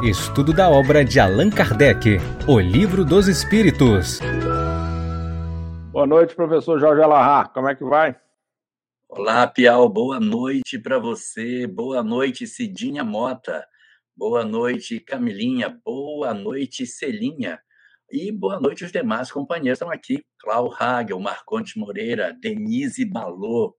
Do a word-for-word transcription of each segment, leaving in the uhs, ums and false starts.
Estudo da obra de Allan Kardec, O Livro dos Espíritos. Boa noite, professor Jorge Alahá. Como é que vai? Olá, Piau. Boa noite para você. Boa noite, Cidinha Mota. Boa noite, Camilinha. Boa noite, Celinha. E boa noite os demais companheiros. Estão aqui. Clau Hagel, Marcontes Moreira, Denise Balô,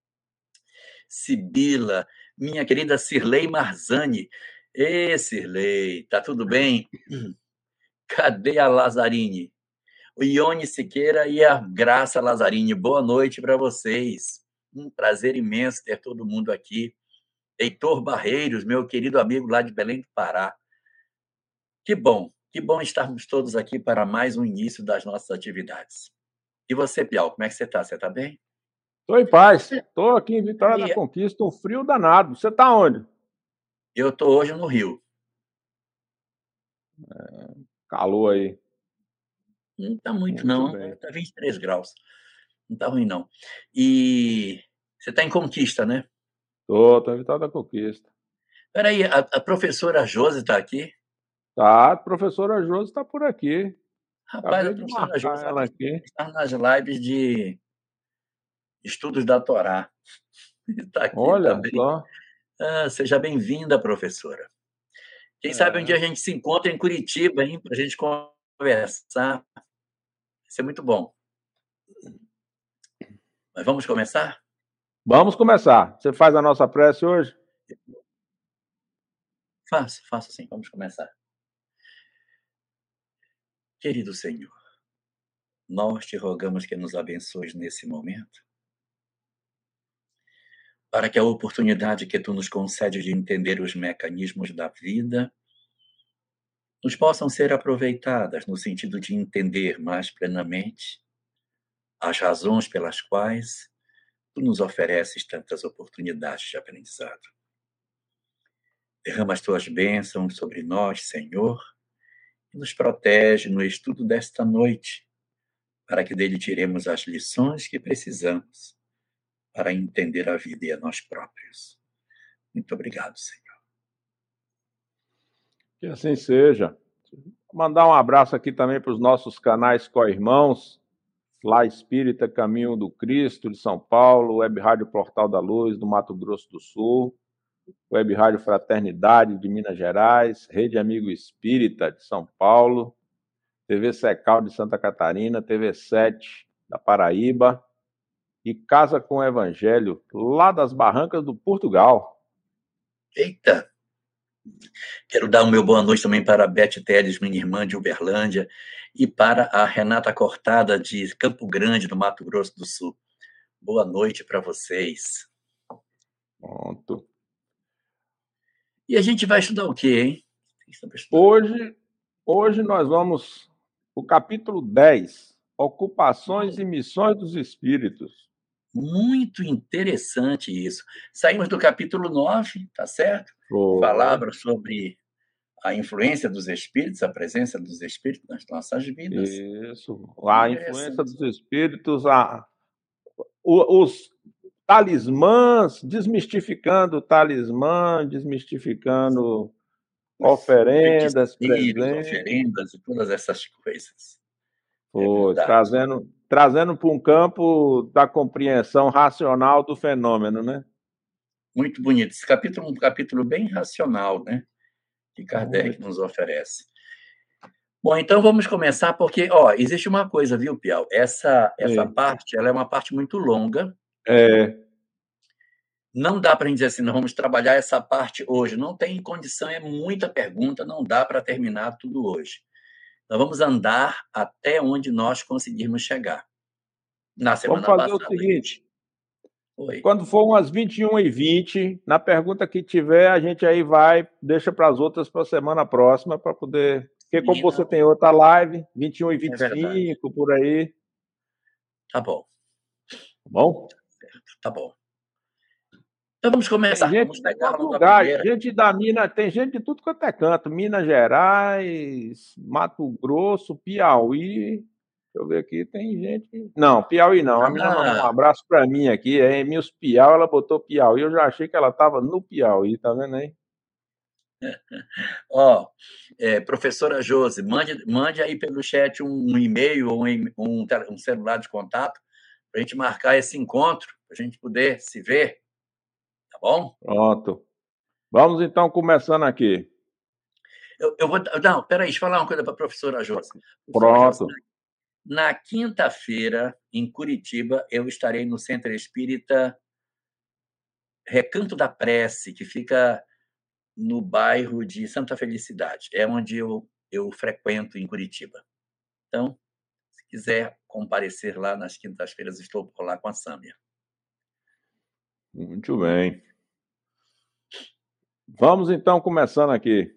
Sibila, minha querida Cirlei Marzani. Ê, Cirlei, tá tudo bem? Cadê a Lazzarini? O Ione Siqueira e a Graça Lazzarini. Boa noite para vocês. Um prazer imenso ter todo mundo aqui. Heitor Barreiros, meu querido amigo lá de Belém do Pará. Que bom, que bom estarmos todos aqui para mais um início das nossas atividades. E você, Piau, como é que você está? Você está bem? Estou em paz. Estou aqui em Vitória E- da Conquista, um frio danado. Você está onde? Eu estou hoje no Rio. Calor aí. Não está muito, Muito não. bem. Está vinte e três graus. Não está ruim, não. E você está em Conquista, né? Estou, estou em Vitória da Conquista. Peraí, a, a professora Josi está aqui? Tá, a professora Josi está por aqui. Rapaz, Acabei a de professora marcar Josi ela aqui. está nas lives de estudos da Torá. Está aqui Olha também. só. Ah, seja bem-vinda, professora. Quem sabe um dia a gente se encontra em Curitiba, hein, para a gente conversar. Isso é muito bom. Mas vamos começar? Vamos começar. Você faz a nossa prece hoje? Faço, faço sim. Vamos começar. Querido Senhor, nós te rogamos que nos abençoes nesse momento, para que a oportunidade que tu nos concedes de entender os mecanismos da vida nos possam ser aproveitadas no sentido de entender mais plenamente as razões pelas quais tu nos ofereces tantas oportunidades de aprendizado. Derrama as tuas bênçãos sobre nós, Senhor, e nos protege no estudo desta noite, para que dele tiremos as lições que precisamos para entender a vida e a nós próprios. Muito obrigado, Senhor. Que assim seja. Vou mandar um abraço aqui também para os nossos canais co-irmãos, Lá Espírita Caminho do Cristo, de São Paulo, Web Rádio Portal da Luz, do Mato Grosso do Sul, Web Rádio Fraternidade, de Minas Gerais, Rede Amigo Espírita, de São Paulo, T V Secal, de Santa Catarina, T V sete, da Paraíba, e Casa com o Evangelho, lá das Barrancas do Portugal. Eita! Quero dar o meu boa noite também para a Beth Teles, minha irmã de Uberlândia, e para a Renata Cortada, de Campo Grande, no Mato Grosso do Sul. Boa noite para vocês. Pronto. E a gente vai estudar o quê, hein? Hoje, hoje nós vamos o capítulo dez, Ocupações e Missões dos Espíritos. Muito interessante isso. Saímos do capítulo nove, tá certo? Foi. Falava sobre a influência dos espíritos, a presença dos espíritos nas nossas vidas. Isso. A influência dos espíritos, a, o- os talismãs, desmistificando o talismã, desmistificando oferendas, Feiticeiros, presentes. oferendas e todas essas coisas. Foi, verdade. trazendo, trazendo para um campo da compreensão racional do fenômeno, né? Muito bonito. Esse capítulo é um capítulo bem racional, né? Que Kardec Muito. nos oferece. Bom, então vamos começar, porque, ó, existe uma coisa, viu, Piau? Essa, essa Sim. parte, ela é uma parte muito longa. É, Não dá para a gente dizer assim, não vamos trabalhar essa parte hoje. Não tem condição, é muita pergunta, não dá para terminar tudo hoje. Nós vamos andar até onde nós conseguirmos chegar. Na semana vamos fazer passada, o seguinte, Oi. quando for umas vinte e uma e vinte, na pergunta que tiver, a gente aí vai, deixa para as outras para a semana próxima, para poder... Porque como Sim, você não. tem outra live, vinte e um e vinte e verdade. cinco, por aí, Tá bom, tá bom? tá bom. Então vamos Tem começar. gente Vamos de pegar todo logo a lugar, primeira. gente da Minas, tem gente de tudo quanto é canto, Minas Gerais, Mato Grosso, Piauí, deixa eu ver aqui, tem gente... Não, Piauí não, a menina mandou um Ah, abraço para mim aqui, é Emils Piau, ela botou Piauí, eu já achei que ela estava no Piauí, tá vendo aí? Ó, é, professora Josi, mande, mande aí pelo chat um, um e-mail ou um, um, um celular de contato para a gente marcar esse encontro, para a gente poder se ver, tá bom? Pronto. Vamos então começando aqui. Eu, eu vou. Não, peraí, deixa eu falar uma coisa para a professora Josi. Professora Josi, Pronto. na quinta-feira, em Curitiba, eu estarei no Centro Espírita Recanto da Prece, que fica no bairro de Santa Felicidade. É onde eu, eu frequento em Curitiba. Então, se quiser comparecer lá nas quintas-feiras, estou por lá com a Sâmia. Muito bem. Vamos então começando aqui.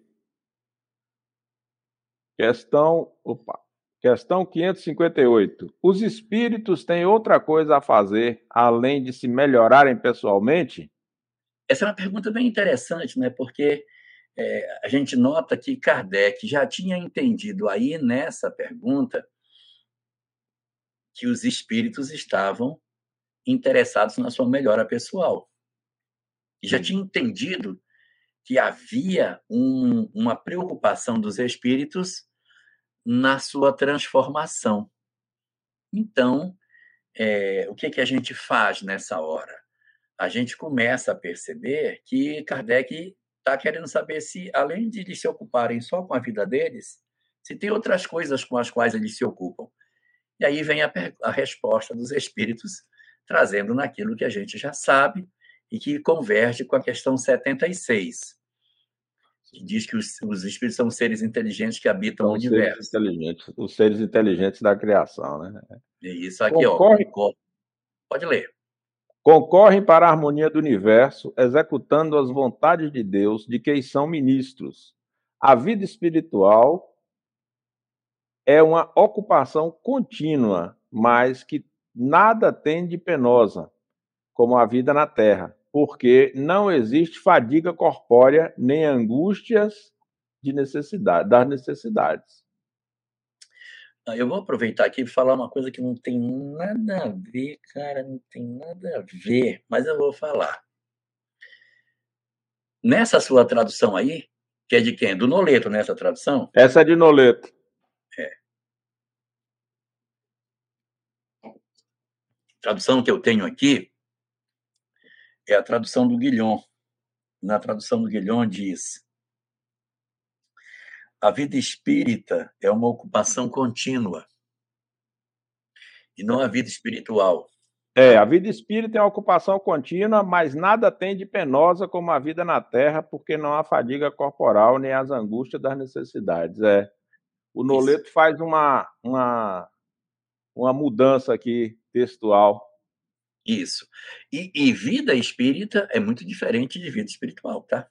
Questão, opa, questão quinhentos e cinquenta e oito. Os espíritos têm outra coisa a fazer além de se melhorarem pessoalmente? Essa é uma pergunta bem interessante, né? Porque é, a gente nota que Kardec já tinha entendido aí nessa pergunta que os espíritos estavam interessados na sua melhora pessoal. E já Sim. tinha entendido que havia um, uma preocupação dos espíritos na sua transformação. Então, é, o que, que a gente faz nessa hora? A gente começa a perceber que Kardec está querendo saber se, além de eles se ocuparem só com a vida deles, se tem outras coisas com as quais eles se ocupam. E aí vem a, a resposta dos espíritos, trazendo naquilo que a gente já sabe e que converge com a questão setenta e seis, que diz que os, os espíritos são seres inteligentes que habitam São o os seres universo. inteligentes, os seres inteligentes da criação, né? É isso aqui, ó, Concorre, concordo. Pode ler. concorrem para a harmonia do universo, executando as vontades de Deus, de quem são ministros. A vida espiritual é uma ocupação contínua, mas que nada tem de penosa, como a vida na Terra, porque não existe fadiga corpórea nem angústias de necessidade, das necessidades. Eu vou aproveitar aqui e falar uma coisa que não tem nada a ver, cara, não tem nada a ver, mas eu vou falar. Nessa sua tradução aí, que é de quem? Do Noleto, nessa tradução? Essa é de Noleto. É. A tradução que eu tenho aqui é a tradução do Guilhom. Na tradução do Guilhom diz: a vida espírita é uma ocupação contínua e não a vida espiritual. É, a vida espírita é uma ocupação contínua, mas nada tem de penosa como a vida na Terra, porque não há fadiga corporal nem as angústias das necessidades. É. O Noleto Isso. faz uma, uma, uma mudança aqui textual. Isso. E, e vida espírita é muito diferente de vida espiritual, tá?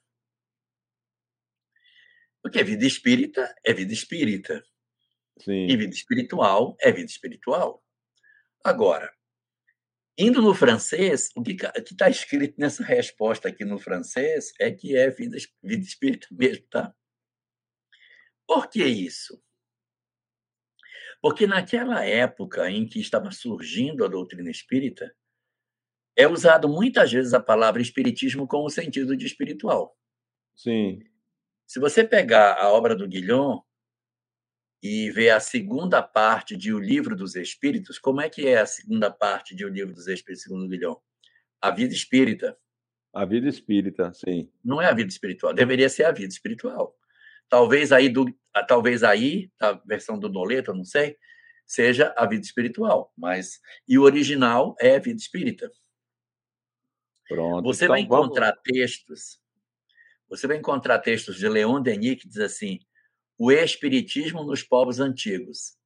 Porque vida espírita é vida espírita. Sim. E vida espiritual é vida espiritual. Agora, indo no francês, o que está escrito nessa resposta aqui no francês é que é vida, vida espírita mesmo, tá? Por que isso? Porque naquela época em que estava surgindo a doutrina espírita, é usado muitas vezes a palavra espiritismo com o sentido de espiritual. Sim. Se você pegar a obra do Guilhom e ver a segunda parte de O Livro dos Espíritos, como é que é a segunda parte de O Livro dos Espíritos, segundo o Guilhom? A vida espírita. A vida espírita, sim. Não é a vida espiritual, deveria ser a vida espiritual. Talvez aí, do, talvez aí a versão do Noleto, eu não sei, seja a vida espiritual, mas e o original é a vida espírita. Pronto. Você Então, vai encontrar vamos... textos, você vai encontrar textos de Leon Denis que diz assim: o espiritismo nos povos antigos.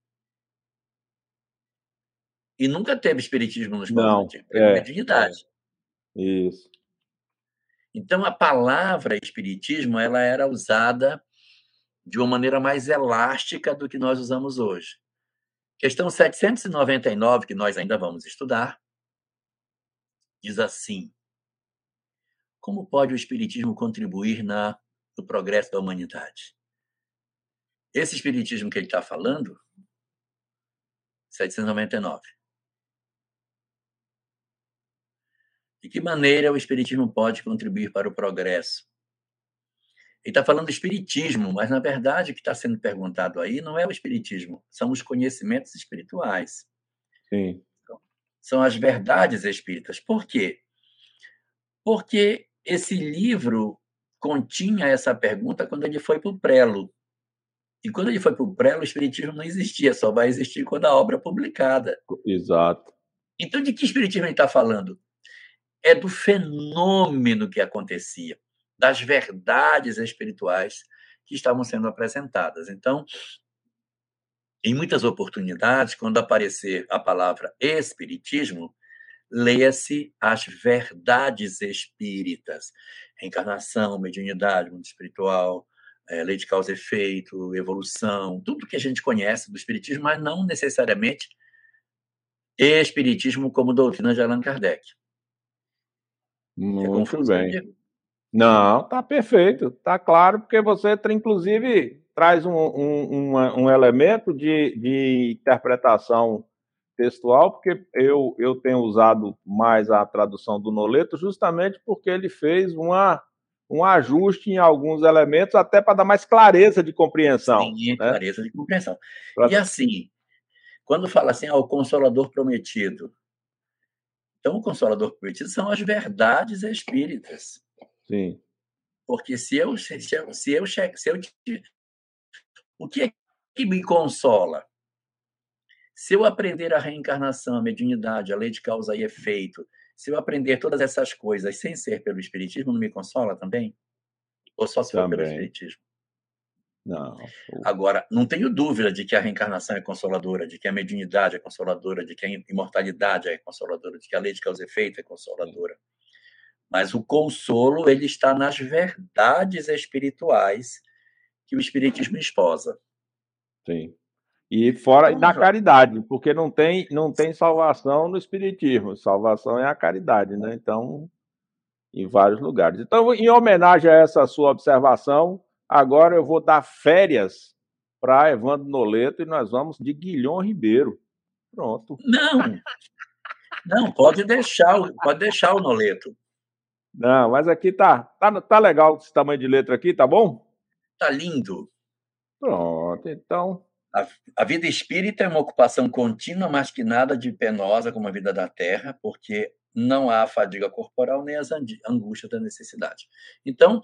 E nunca teve espiritismo nos povos não, antigos, teve é, mediunidade. É. Isso. Então a palavra espiritismo ela era usada de uma maneira mais elástica do que nós usamos hoje. Questão setecentos e noventa e nove, que nós ainda vamos estudar, diz assim: como pode o espiritismo contribuir na, no progresso da humanidade? Esse espiritismo que ele está falando, setecentos e noventa e nove. De que maneira o espiritismo pode contribuir para o progresso? Ele está falando do espiritismo, mas, na verdade, o que está sendo perguntado aí não é o espiritismo, são os conhecimentos espirituais. Sim. São as verdades espíritas. Por quê? Porque esse livro continha essa pergunta quando ele foi para o prelo. E quando ele foi para o prelo, o espiritismo não existia, só vai existir quando a obra é publicada. Exato. Então, de que espiritismo ele está falando? É do fenômeno que acontecia, das verdades espirituais que estavam sendo apresentadas. Então, em muitas oportunidades, quando aparecer a palavra espiritismo, leia-se as verdades espíritas. Reencarnação, mediunidade, mundo espiritual, é, lei de causa e efeito, evolução, tudo que a gente conhece do espiritismo, mas não necessariamente espiritismo como doutrina de Allan Kardec. É Muito confuso, bem. amigo? Não, tá perfeito, tá claro, porque você, inclusive, traz um, um, uma- um elemento de, de interpretação textual, porque eu, eu tenho usado mais a tradução do Noleto justamente porque ele fez uma, um ajuste em alguns elementos, até para dar mais clareza de compreensão, Sim, né? clareza de compreensão. E Pra- assim, quando fala assim, ah, o Consolador Prometido, então o Consolador Prometido são as verdades espíritas. Sim, Porque se eu, se eu, se eu, che- se eu, te- o que é que me consola? Se eu aprender a reencarnação, a mediunidade, a lei de causa e efeito, se eu aprender todas essas coisas sem ser pelo Espiritismo, não me consola também? Ou só se for pelo também. Espiritismo? Não. Agora, não tenho dúvida de que a reencarnação é consoladora, de que a mediunidade é consoladora, de que a imortalidade é consoladora, de que a lei de causa e efeito é consoladora. Mas o consolo, ele está nas verdades espirituais que o Espiritismo esposa. Sim. E fora e Então, na caridade, porque não tem, não tem salvação no espiritismo, salvação é a caridade, né? Então, em vários lugares. Então, em homenagem a essa sua observação, agora eu vou dar férias para Evandro Noleto e nós vamos de Guilhom Ribeiro. Pronto. não, não, pode deixar, o- pode deixar o Noleto. Não, mas aqui tá, tá, tá legal esse tamanho de letra aqui, tá bom? Tá lindo. Pronto, então, A, a vida espírita é uma ocupação contínua, mas que nada de penosa como a vida da terra, porque não há fadiga corporal nem as andi- angústias da necessidade. Então,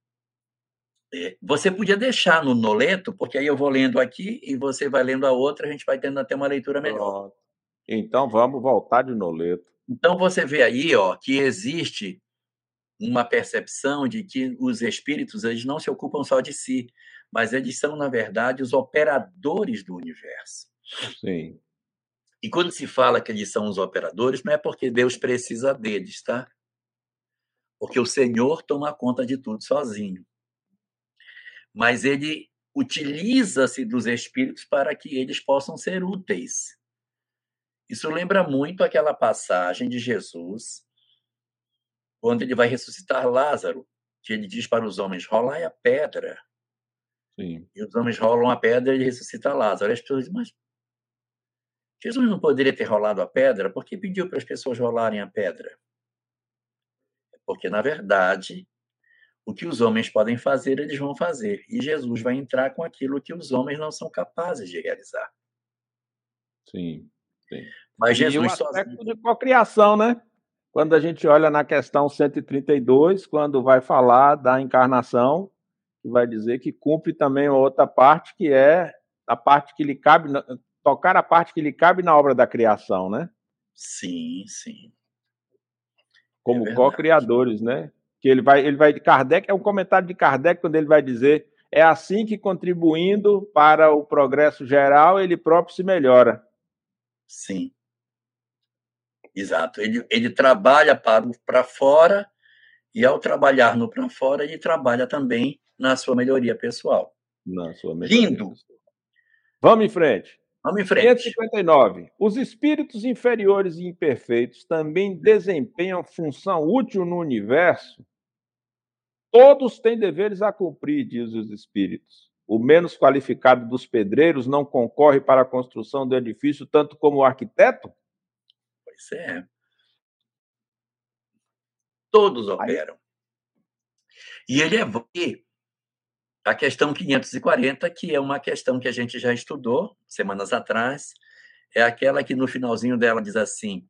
é, você podia deixar no Noleto, porque aí eu vou lendo aqui e você vai lendo a outra, a gente vai tendo até uma leitura melhor. pronto. Então vamos voltar de Noleto. Então, você vê aí, ó, que existe uma percepção de que os espíritos eles não se ocupam só de si, mas eles são, na verdade, os operadores do universo. Sim, E quando se fala que eles são os operadores, não é porque Deus precisa deles, tá? Porque o Senhor toma conta de tudo sozinho. Mas ele utiliza-se dos espíritos para que eles possam ser úteis. Isso lembra muito aquela passagem de Jesus, quando ele vai ressuscitar Lázaro, que ele diz para os homens: rolai a pedra. sim. E os homens rolam a pedra e ele ressuscita Lázaro. E as pessoas dizem: mas Jesus não poderia ter rolado a pedra? Por que pediu para as pessoas rolarem a pedra? Porque, na verdade, o que os homens podem fazer, eles vão fazer. E Jesus vai entrar com aquilo que os homens não são capazes de realizar. Sim, sim. Mas E o Jesus sozinho. aspecto de cocriação, né? Quando a gente olha na questão cento e trinta e dois, quando vai falar da encarnação, que vai dizer que cumpre também outra parte, que é a parte que lhe cabe, na- tocar a parte que lhe cabe na obra da criação, né? Sim, sim. É Como verdade. co-criadores, né? Que ele vai, ele vai de Kardec, é um comentário de Kardec quando ele vai dizer é assim que contribuindo para o progresso geral, ele próprio se melhora. Sim, exato. Ele, ele trabalha para, para fora, e ao trabalhar no para fora, ele trabalha também na sua melhoria pessoal. Na sua melhoria Lindo! pessoal. Vamos em frente. Vamos em quinhentos e frente. cinquenta e nove. Os espíritos inferiores e imperfeitos também desempenham função útil no universo? Todos têm deveres a cumprir, diz os espíritos. O menos qualificado dos pedreiros não concorre para a construção do edifício tanto como o arquiteto? Pois é. Todos Aí, operam. E ele é. A questão quinhentos e quarenta, que é uma questão que a gente já estudou semanas atrás, é aquela que no finalzinho dela diz assim: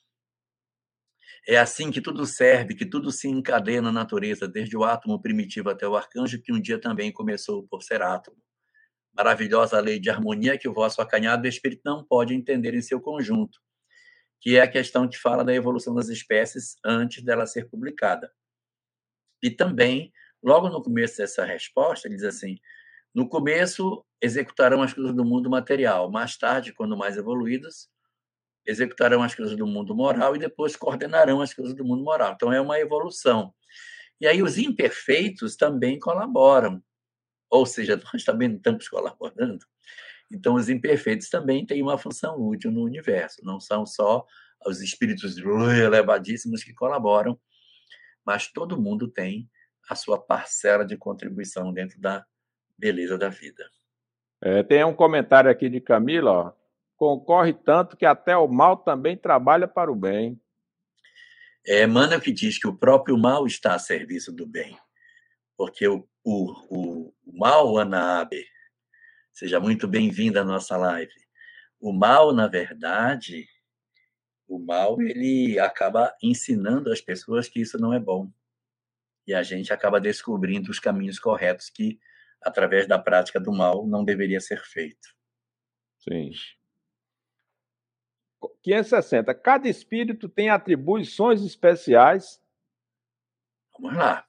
é assim que tudo serve, que tudo se encadeia na natureza, desde o átomo primitivo até o arcanjo, que um dia também começou por ser átomo. Maravilhosa lei de harmonia que o vosso acanhado espírito não pode entender em seu conjunto, que é a questão que fala da evolução das espécies antes dela ser publicada. E também, logo no começo dessa resposta, ele diz assim: no começo executarão as coisas do mundo material, mais tarde, quando mais evoluídos, executarão as coisas do mundo moral e depois coordenarão as coisas do mundo moral. Então é uma evolução. E aí os imperfeitos também colaboram, ou seja, nós também não estamos colaborando. Então os imperfeitos também têm uma função útil no universo, não são só os espíritos elevadíssimos que colaboram, mas todo mundo tem a sua parcela de contribuição dentro da beleza da vida. É, tem um comentário aqui de Camila, ó. Concorre tanto que até o mal também trabalha para o bem. É Emmanuel que diz que o próprio mal está a serviço do bem, porque o, o, o, o mal, Ana Abe, seja muito bem-vinda à nossa live. O mal, na verdade, o mal ele acaba ensinando as pessoas que isso não é bom. E a gente acaba descobrindo os caminhos corretos que, através da prática do mal, não deveria ser feito. Sim. quinhentos e sessenta. Cada espírito tem atribuições especiais. Vamos lá.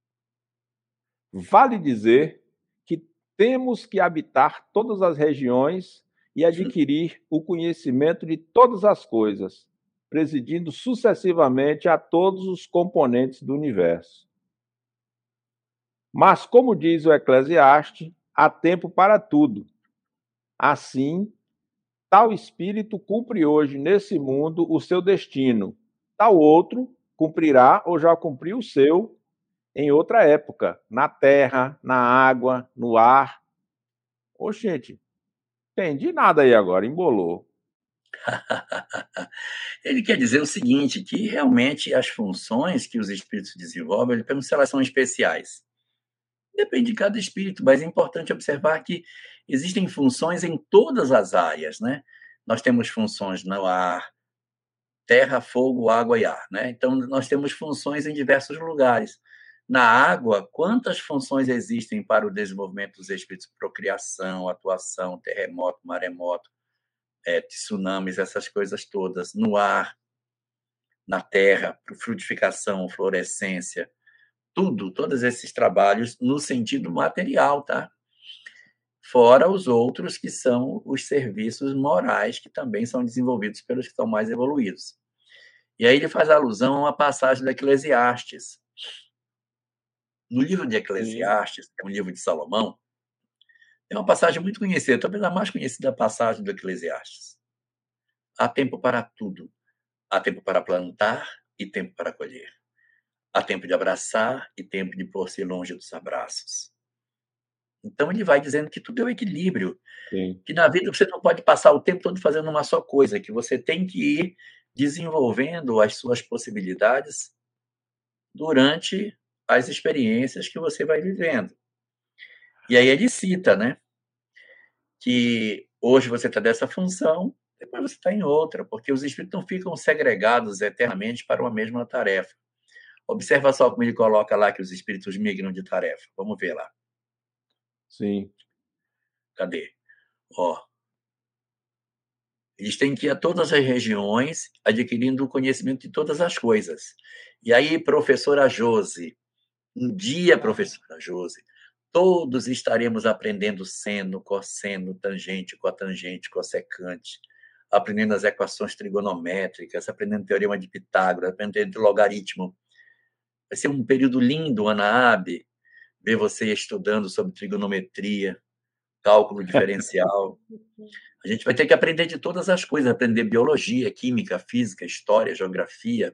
Vale dizer que temos que habitar todas as regiões e adquirir o conhecimento de todas as coisas, presidindo sucessivamente a todos os componentes do universo. Mas, como diz o Eclesiastes, há tempo para tudo. Assim, tal espírito cumpre hoje nesse mundo o seu destino, tal outro cumprirá ou já cumpriu o seu em outra época, na terra, na água, no ar. Ô, gente, entendi nada aí agora, embolou. Ele quer dizer o seguinte, que realmente as funções que os espíritos desenvolvem, ele pergunta se elas são especiais. Depende de cada espírito, mas é importante observar que existem funções em todas as áreas, né? Nós temos funções no ar, terra, fogo, água e ar, né? Então, nós temos funções em diversos lugares. Na água, quantas funções existem para o desenvolvimento dos espíritos? Procriação, atuação, terremoto, maremoto, é, tsunamis, essas coisas todas. No ar, na terra, frutificação, florescência, tudo, todos esses trabalhos no sentido material, tá? Fora os outros que são os serviços morais que também são desenvolvidos pelos que estão mais evoluídos. E aí ele faz alusão a uma passagem do Eclesiastes. No livro de Eclesiastes, que é um livro de Salomão, tem uma passagem muito conhecida, talvez a mais conhecida passagem do Eclesiastes. Há tempo para tudo. Há tempo para plantar e tempo para colher. Há tempo de abraçar e tempo de pôr-se longe dos abraços. Então ele vai dizendo que tudo é o equilíbrio. Sim. Que na vida você não pode passar o tempo todo fazendo uma só coisa, que você tem que ir desenvolvendo as suas possibilidades durante as experiências que você vai vivendo. E aí ele cita, né, que hoje você está dessa função, depois você está em outra, porque os espíritos não ficam segregados eternamente para uma mesma tarefa. Observa só como ele coloca lá que os espíritos migram de tarefa. Vamos ver lá. Sim. Cadê? Ó. Eles têm que ir a todas as regiões, adquirindo o conhecimento de todas as coisas. E aí, professora Jose, um dia, professora Jose, todos estaremos aprendendo seno, cosseno, tangente, cotangente, cossecante, aprendendo as equações trigonométricas, aprendendo teorema de Pitágoras, aprendendo logaritmo. Vai ser um período lindo, Ana Abe, ver você estudando sobre trigonometria, cálculo diferencial. A gente vai ter que aprender de todas as coisas, aprender biologia, química, física, história, geografia.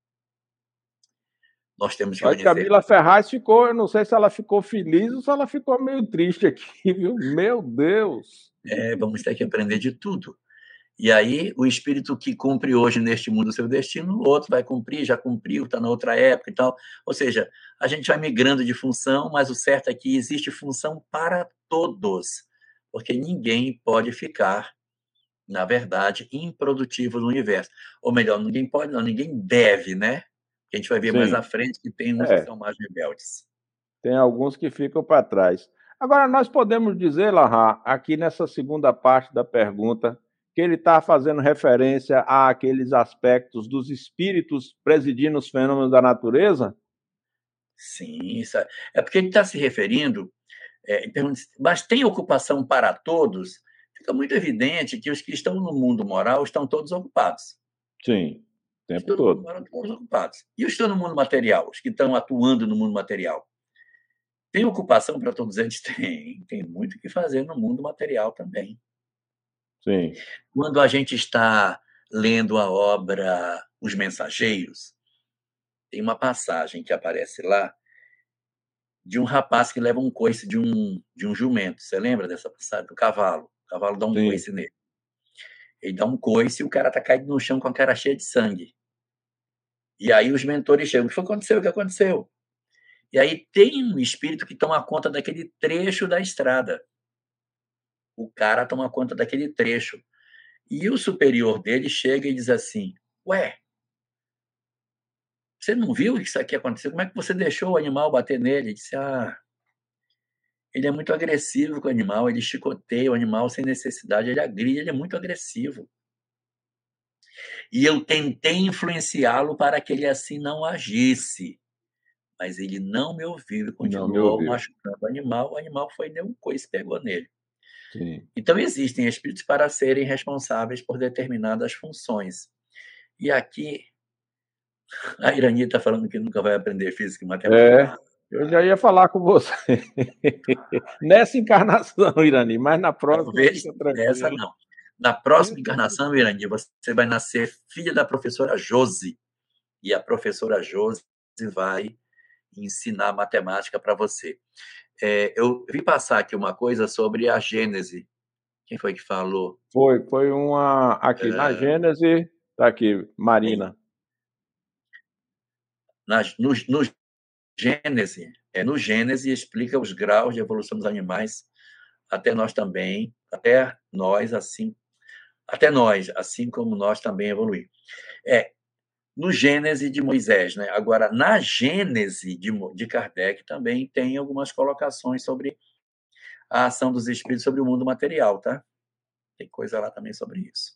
Nós temos que A conhecer. Camila Ferraz ficou, eu não sei se ela ficou feliz ou se ela ficou meio triste aqui, viu? Meu Deus! É, vamos ter que aprender de tudo. E aí, o espírito que cumpre hoje neste mundo o seu destino, o outro vai cumprir, já cumpriu, está na outra época e tal. Ou seja, a gente vai migrando de função, mas o certo é que existe função para todos, porque ninguém pode ficar, na verdade, improdutivo no universo. Ou melhor, ninguém pode, não, ninguém deve, né? A gente vai ver mais à Sim, frente que tem uns que é. são mais rebeldes. Tem alguns que ficam para trás. Agora, nós podemos dizer, Lahá, aqui nessa segunda parte da pergunta, que ele está fazendo referência àqueles aspectos dos espíritos presidindo os fenômenos da natureza? Sim, isso é, é porque ele está se referindo, é, em termos de- mas tem ocupação para todos, fica muito evidente que os que estão no mundo moral estão todos ocupados. Sim, o tempo Estão no mundo todo. moral, todos ocupados. E os que estão no mundo material, os que estão atuando no mundo material? Tem ocupação para todos eles? Tem. Tem muito o que fazer no mundo material também. Sim, Quando a gente está lendo a obra Os Mensageiros, tem uma passagem que aparece lá de um rapaz que leva um coice de um, de um jumento. Você lembra dessa passagem? Do cavalo. O cavalo dá um sim. coice nele. Ele dá um coice e o cara está caído no chão com a cara cheia de sangue. E aí os mentores chegam. O que foi que aconteceu? O que aconteceu? E aí tem um espírito que toma conta daquele trecho da estrada. O cara toma conta daquele trecho. E o superior dele chega e diz assim: Ué, você não viu que isso aqui aconteceu? Como é que você deixou o animal bater nele? Ele disse: Ah, ele é muito agressivo com o animal, ele chicoteia o animal sem necessidade, ele agride, ele é muito agressivo. E eu tentei influenciá-lo para que ele assim não agisse, mas ele não me ouviu e Não me continuou ouviu. machucando o animal. O animal foi e deu um coice e pegou nele. Sim. Então, existem espíritos para serem responsáveis por determinadas funções. E aqui, a Irani está falando que nunca vai aprender física e É, matemática. eu já ia falar com você. Nessa encarnação, Irani, mas na próxima Talvez fica nessa tranquilo. não. Na próxima encarnação, Irani, você vai nascer filha da professora Josi. E a professora Josi vai ensinar matemática para você. É, eu vi passar aqui uma coisa sobre a Gênese. Quem foi que falou? Foi, foi uma. Aqui na É, Gênese, tá aqui, tem, Marina. na, no, no Gênese, é, no Gênese explica os graus de evolução dos animais, até nós também, até nós, assim, até nós, assim como nós também evoluímos. É, no Gênese de Moisés, né? Agora, na Gênese de, de Kardec também tem algumas colocações sobre a ação dos espíritos sobre o mundo material, tá? Tem coisa lá também sobre isso.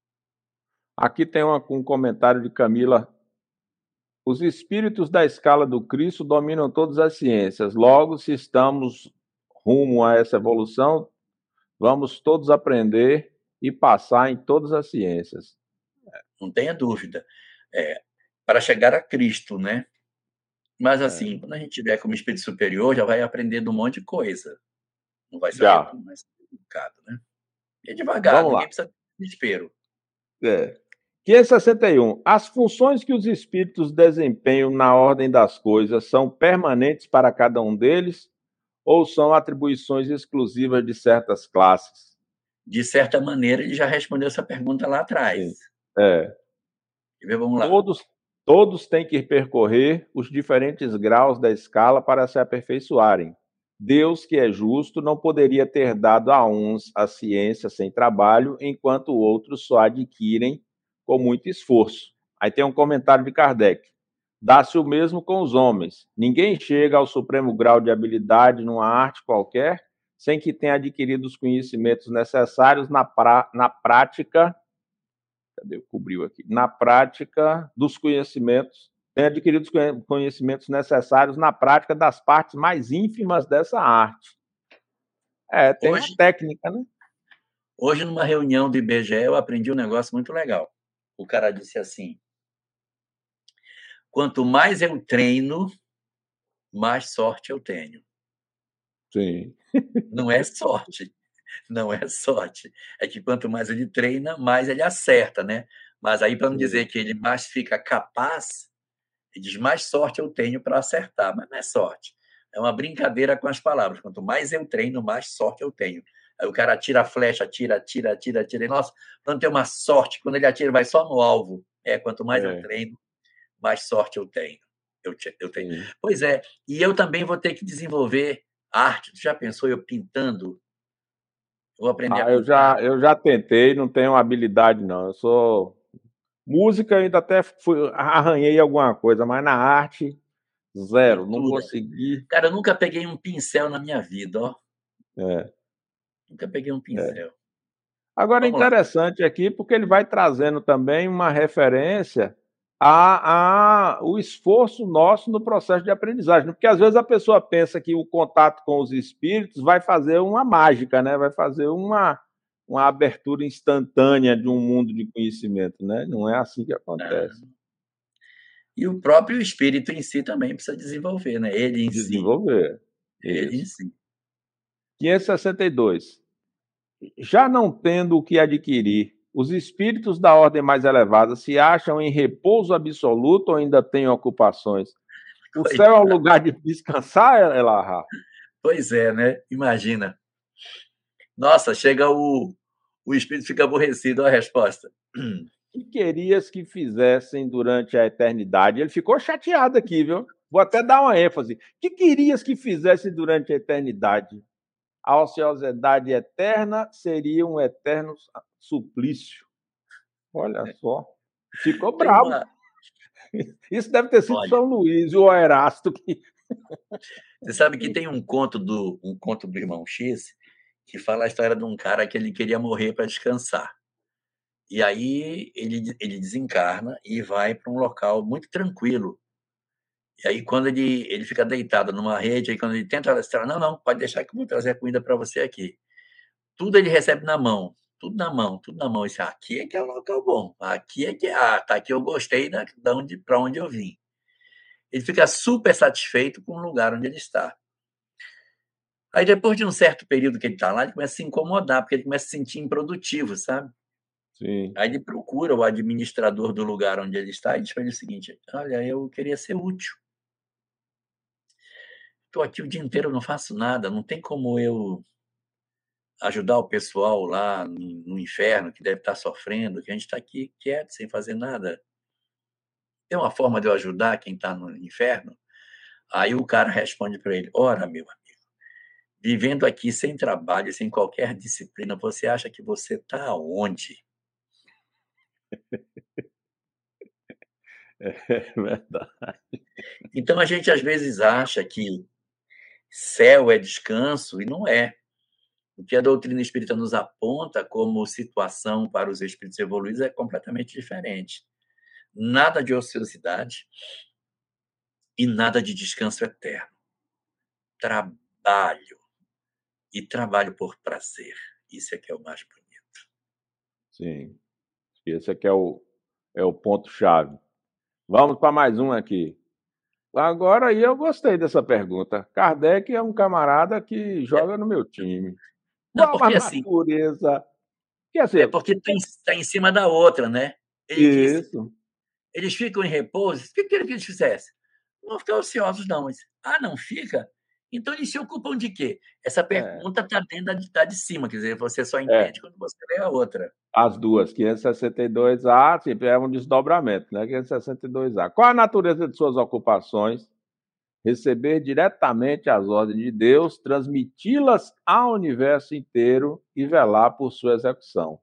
Aqui tem uma- um comentário de Camila. Os espíritos da escala do Cristo dominam todas as ciências. Logo, se estamos rumo a essa evolução, vamos todos aprender e passar em todas as ciências. Não tenha dúvida. É, para chegar a Cristo, né? Mas, É, assim, quando a gente tiver como espírito superior, já vai aprender de um monte de coisa. Não vai saber já. tudo, mas educado, né? E é devagar, Vamos ninguém lá. precisa de desespero. É. quinhentos e sessenta e um. As funções que os espíritos desempenham na ordem das coisas são permanentes para cada um deles ou são atribuições exclusivas de certas classes? De certa maneira, ele já respondeu essa pergunta lá atrás. Sim. É. Quer ver? Vamos lá. Todos, todos têm que percorrer os diferentes graus da escala para se aperfeiçoarem. Deus, que é justo, não poderia ter dado a uns a ciência sem trabalho, enquanto outros só adquirem com muito esforço. Aí tem um comentário de Kardec. Dá-se o mesmo com os homens. Ninguém chega ao supremo grau de habilidade numa arte qualquer sem que tenha adquirido os conhecimentos necessários na, pra, na prática. Cadê? Cobriu aqui. Na prática dos conhecimentos, tem adquirido os conhecimentos necessários na prática das partes mais ínfimas dessa arte. É, tem a Hoje, técnica, né? hoje, numa reunião do I B G E, eu aprendi um negócio muito legal. O cara disse assim: quanto mais eu treino, mais sorte eu tenho. Sim. Não é sorte, não é sorte. É que quanto mais ele treina, mais ele acerta, né? Mas aí, para não Sim. dizer que ele mais fica capaz, ele diz mais sorte eu tenho para acertar, mas não é sorte. É uma brincadeira com as palavras. Quanto mais eu treino, mais sorte eu tenho. Aí o cara atira a flecha, atira, atira, atira, atira. E, nossa, quando tem uma sorte, quando ele atira, vai só no alvo. É, quanto mais eu É, treino, mais sorte eu tenho. Eu, te- eu tenho. sim. Pois é, e eu também vou ter que desenvolver arte. Tu já pensou eu pintando? Eu vou aprender a Ah, eu pintar? já, eu já tentei, não tenho habilidade, não. Eu sou. Música, ainda até fui, arranhei alguma coisa, mas na arte, zero. Não Pintura. consegui. Cara, eu nunca peguei um pincel na minha vida, ó. É, Nunca peguei um é. pincel. Agora, Vamos lá. interessante aqui, porque ele vai trazendo também uma referência a, a o esforço nosso no processo de aprendizagem. Porque às vezes a pessoa pensa que o contato com os espíritos vai fazer uma mágica, né? Vai fazer uma, uma abertura instantânea de um mundo de conhecimento, né? Não é assim que acontece. Ah, e o próprio espírito em si também precisa desenvolver, né? Ele em si. Desenvolver. Ele em Isso. si. quinhentos e sessenta e dois. Já não tendo o que adquirir, os espíritos da ordem mais elevada se acham em repouso absoluto ou ainda têm ocupações? O céu é um Coitado. lugar de descansar, Elahá? Pois é, né? Imagina. Nossa, chega o, o espírito fica aborrecido. Olha a resposta. Que querias que fizessem durante a eternidade? Ele ficou chateado aqui, viu? Vou até dar uma ênfase. Que querias que fizessem durante a eternidade? A ociosidade eterna seria um eterno suplício. Olha só. Ficou Tem bravo. uma. Isso deve ter sido Olha, São Luís, o Erasto. Que... você sabe que tem um conto do um conto do Irmão X que fala a história de um cara que ele queria morrer para descansar. E aí ele, ele desencarna e vai para um local muito tranquilo. E aí, quando ele, ele fica deitado numa rede, aí quando ele tenta ela não, não, pode deixar que eu vou trazer a comida para você aqui. Tudo ele recebe na mão, tudo na mão, tudo na mão. Isso aqui é que é o local bom. Aqui é que ah, tá aqui eu gostei da, da onde para onde eu vim. Ele fica super satisfeito com o lugar onde ele está. Aí depois de um certo período que ele está lá, ele começa a se incomodar, porque ele começa a se sentir improdutivo, sabe? Sim. Aí ele procura o administrador do lugar onde ele está e diz para ele o seguinte: olha, eu queria ser útil. Estou aqui o dia inteiro, não faço nada, não tem como eu ajudar o pessoal lá no, no inferno que deve estar sofrendo, que a gente está aqui quieto, sem fazer nada. Tem uma forma de eu ajudar quem está no inferno? Aí o cara responde para ele: ora, meu amigo, vivendo aqui sem trabalho, sem qualquer disciplina, você acha que você está onde? É verdade. Então a gente às vezes acha que céu é descanso e não é. O que a doutrina espírita nos aponta como situação para os espíritos evoluídos é completamente diferente. Nada de ociosidade e nada de descanso eterno. Trabalho. E trabalho por prazer. Isso é que é o mais bonito. Sim. Esse aqui é o, é o ponto-chave. Vamos para mais um aqui. Agora aí eu gostei dessa pergunta. Kardec é um camarada que É, joga no meu time. não, Qual a porque assim, natureza? Quer é dizer, porque está em, tá em cima da outra, né? Ele disse, isso. eles ficam em repouso. O que queria que eles fizessem? Não vão ficar ociosos, não. Mas, ah, não fica? Então eles se ocupam de quê? Essa É, pergunta está dentro da, de- da de cima, quer dizer, você só é. entende quando você lê a outra. As duas, quinhentos e sessenta e dois A, sempre é um desdobramento, né? quinhentos e sessenta e dois A. Qual a natureza de suas ocupações? Receber diretamente as ordens de Deus, transmiti-las ao universo inteiro e velar por sua execução.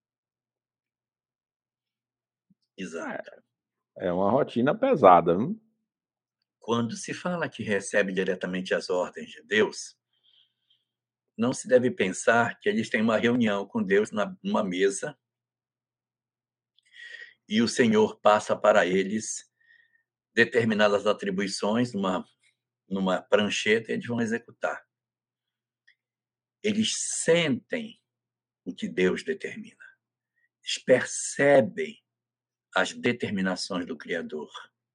Exato. É uma rotina pesada, viu? Quando se fala que recebe diretamente as ordens de Deus, não se deve pensar que eles têm uma reunião com Deus na, numa mesa e o Senhor passa para eles determinadas atribuições numa, numa prancheta e eles vão executar. Eles sentem o que Deus determina. Eles percebem as determinações do Criador.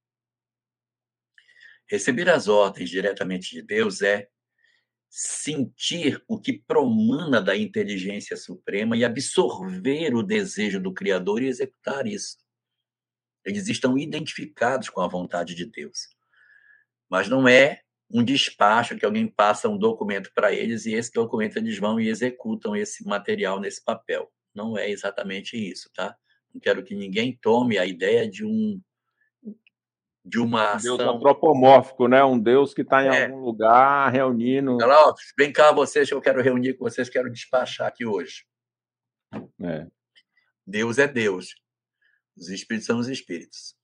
Receber as ordens diretamente de Deus é sentir o que promana da inteligência suprema e absorver o desejo do Criador e executar isso. Eles estão identificados com a vontade de Deus. Mas não é um despacho que alguém passa um documento para eles e esse documento eles vão e executam esse material nesse papel. Não é exatamente isso, tá? Não quero que ninguém tome a ideia de um de uma Um Deus ação. antropomórfico, né? Um Deus que está em É, algum lugar reunindo. lá, ó, vem cá vocês que eu quero reunir com vocês, quero despachar aqui hoje. É. Deus é Deus. Os espíritos são os espíritos.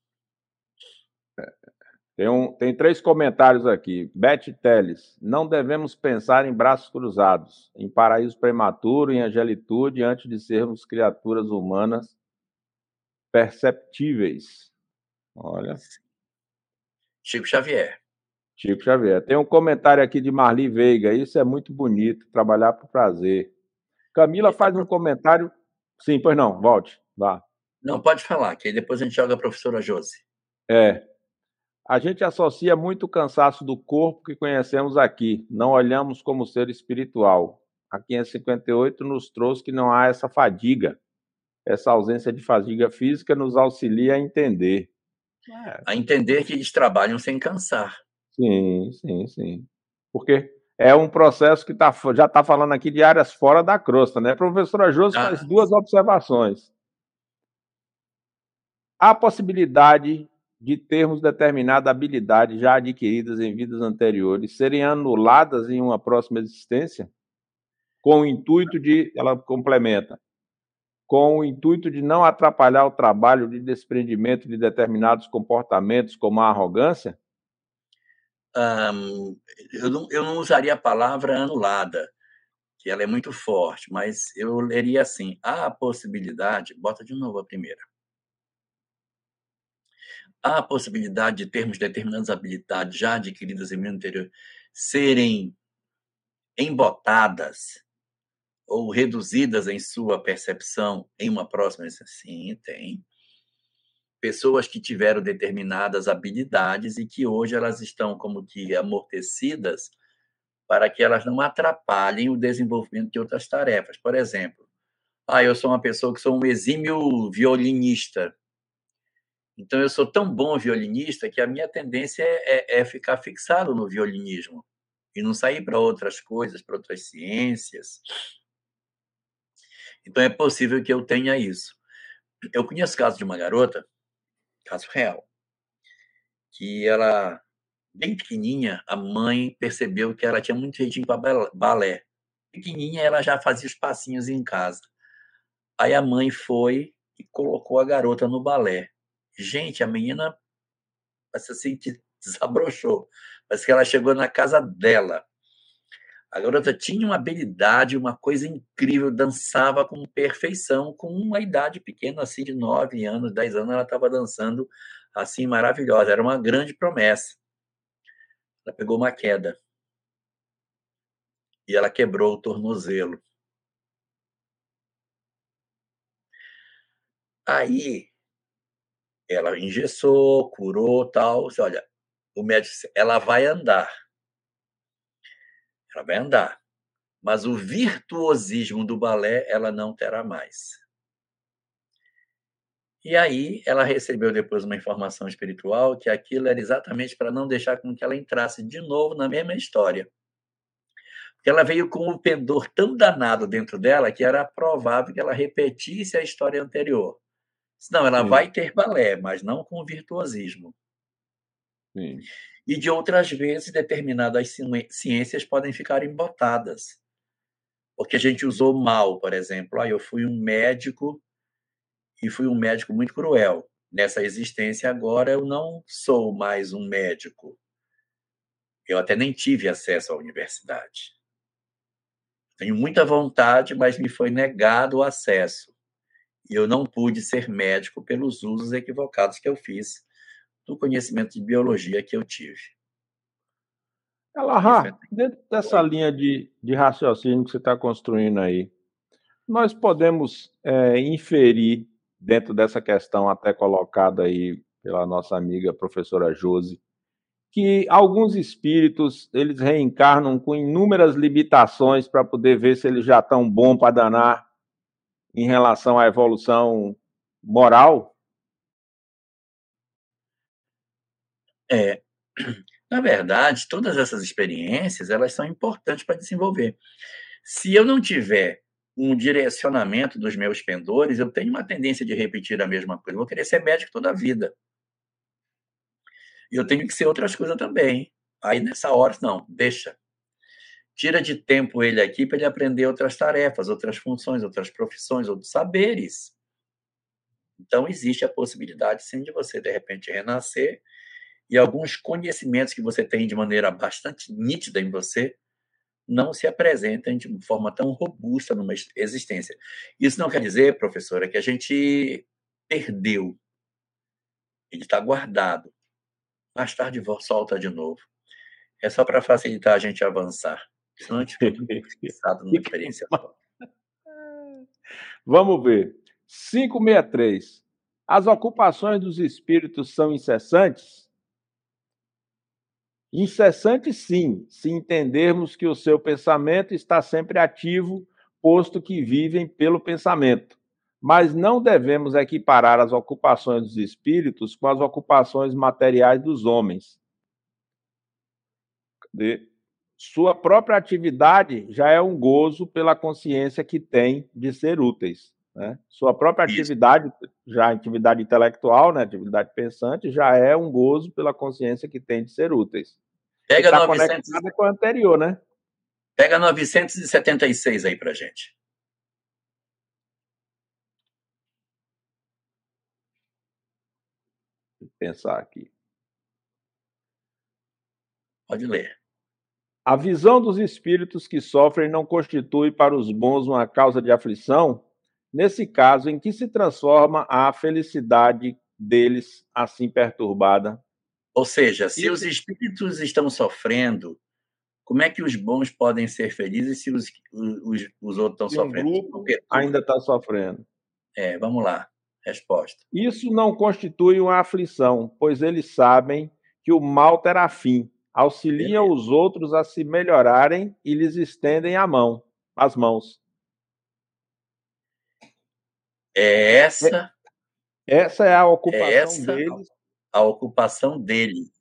Tem, um, tem três comentários aqui. Beth Teles, não devemos pensar em braços cruzados, em paraíso prematuro, em angelitude, antes de sermos criaturas humanas perceptíveis. Olha, Chico Xavier. Chico Xavier. Tem um comentário aqui de Marli Veiga. Isso é muito bonito, trabalhar por prazer. Camila Ele tá faz um pro- comentário. Sim, pois não, volte. Vá. Não, pode falar, que aí depois a gente joga a professora Josi. É. A gente associa muito o cansaço do corpo que conhecemos aqui. Não olhamos como ser espiritual. A quinhentos e cinquenta e oito nos trouxe que não há essa fadiga. Essa ausência de fadiga física nos auxilia a entender. É, A entender que eles trabalham sem cansar. sim, sim, sim. Porque é um processo que tá, já está falando aqui de áreas fora da crosta, né? A professora Josi faz Ah, duas observações. Há possibilidade de termos determinada habilidade já adquiridas em vidas anteriores serem anuladas em uma próxima existência, com o intuito de, ela complementa, com o intuito de não atrapalhar o trabalho de desprendimento de determinados comportamentos, como a arrogância? hum, eu, não, eu não usaria a palavra anulada, que ela é muito forte, mas eu leria assim: há a possibilidade, bota de novo a primeira. Há a possibilidade de termos determinadas habilidades já adquiridas em vida anterior serem embotadas ou reduzidas em sua percepção em uma próxima existência? Sim, tem. Pessoas que tiveram determinadas habilidades e que hoje elas estão como que amortecidas para que elas não atrapalhem o desenvolvimento de outras tarefas. Por exemplo, ah, eu sou uma pessoa que sou um exímio violinista. Então, eu sou tão bom violinista que a minha tendência é, é é ficar fixado no violinismo e não sair para outras coisas, para outras ciências. Então, é possível que eu tenha isso. Eu conheço o caso de uma garota, caso real, que ela, bem pequenininha, a mãe percebeu que ela tinha muito jeitinho para balé. Pequenininha, ela já fazia os passinhos em casa. Aí a mãe foi e colocou a garota no balé. Gente, a menina, parece assim que desabrochou. Parece que ela chegou na casa dela. A garota tinha uma habilidade, uma coisa incrível, dançava com perfeição, com uma idade pequena, assim, de nove anos, dez anos, ela estava dançando assim, maravilhosa. Era uma grande promessa. Ela pegou uma queda e ela quebrou o tornozelo. Aí ela engessou, curou, tal. Disse, olha, o médico disse, ela vai andar. Ela vai andar. Mas o virtuosismo do balé ela não terá mais. E aí ela recebeu depois uma informação espiritual que aquilo era exatamente para não deixar com que ela entrasse de novo na mesma história. Porque ela veio com um pendor tão danado dentro dela que era provável que ela repetisse a história anterior. Não, ela Sim, vai ter balé, mas não com virtuosismo. sim. E de outras vezes, determinadas ciências podem ficar embotadas. Porque a gente usou mal, por exemplo. Ah, eu fui um médico e fui um médico muito cruel. Nessa existência agora eu não sou mais um médico. Eu até nem tive acesso à universidade. Tenho muita vontade, mas me foi negado o acesso. E eu não pude ser médico pelos usos equivocados que eu fiz do conhecimento de biologia que eu tive. Isso é... Elahá, dentro dessa Oi. linha de, de raciocínio que você está construindo aí, nós podemos é, inferir, dentro dessa questão até colocada aí pela nossa amiga professora Josi, que alguns espíritos eles reencarnam com inúmeras limitações para poder ver se eles já estão bons para danar em relação à evolução moral? É, Na verdade, todas essas experiências, elas são importantes para desenvolver. Se eu não tiver um direcionamento dos meus pendores, eu tenho uma tendência de repetir a mesma coisa. Eu vou querer ser médico toda a vida. E eu tenho que ser outras coisas também. Aí, nessa hora, não, deixa. Tira de tempo ele aqui para ele aprender outras tarefas, outras funções, outras profissões, outros saberes. Então, existe a possibilidade, sim, de você, de repente, renascer e alguns conhecimentos que você tem de maneira bastante nítida em você não se apresentem de forma tão robusta numa existência. Isso não quer dizer, professora, que a gente perdeu. Ele está guardado. Mais tarde solta de novo. É só para facilitar a gente avançar. Senão a gente fica tudo fixado numa experiência. Vamos ver. quinhentos e sessenta e três. As ocupações dos espíritos são incessantes? Incessante, sim, se entendermos que o seu pensamento está sempre ativo, posto que vivem pelo pensamento. Mas não devemos equiparar as ocupações dos espíritos com as ocupações materiais dos homens. De sua própria atividade já é um gozo pela consciência que tem de ser úteis. Né? Sua própria Isso. atividade, já atividade intelectual, né, atividade pensante, já é um gozo pela consciência que tem de ser úteis. Pega Está novecentos... conectada com a anterior, né? Pega novecentos e setenta e seis aí pra gente. Vou pensar aqui. Pode ler. A visão dos espíritos que sofrem não constitui para os bons uma causa de aflição? Nesse caso, em que se transforma a felicidade deles assim perturbada? Ou seja, se Isso. os espíritos estão sofrendo, como é que os bons podem ser felizes se os, os, os outros estão Se um sofrendo? grupo ainda está sofrendo. É, vamos lá. Resposta. Isso não constitui uma aflição, pois eles sabem que o mal terá fim. Auxiliam Beleza. os outros a se melhorarem e lhes estendem a mão, as mãos. É essa, Essa é a ocupação é essa deles. a ocupação dele.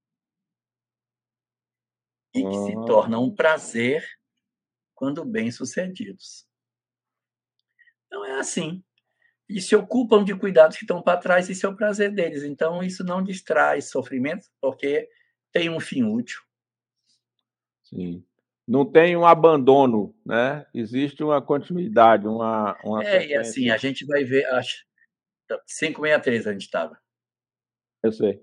E que se torna um prazer quando bem-sucedidos. Então é assim. E se ocupam de cuidados que estão para trás, isso é o prazer deles. Então isso não distrai sofrimento, porque tem um fim útil. Sim. Não tem um abandono, né? Existe uma continuidade, uma, uma É, sequência. e assim, a gente vai ver, acho, quinhentos e sessenta e três a gente estava. Eu sei.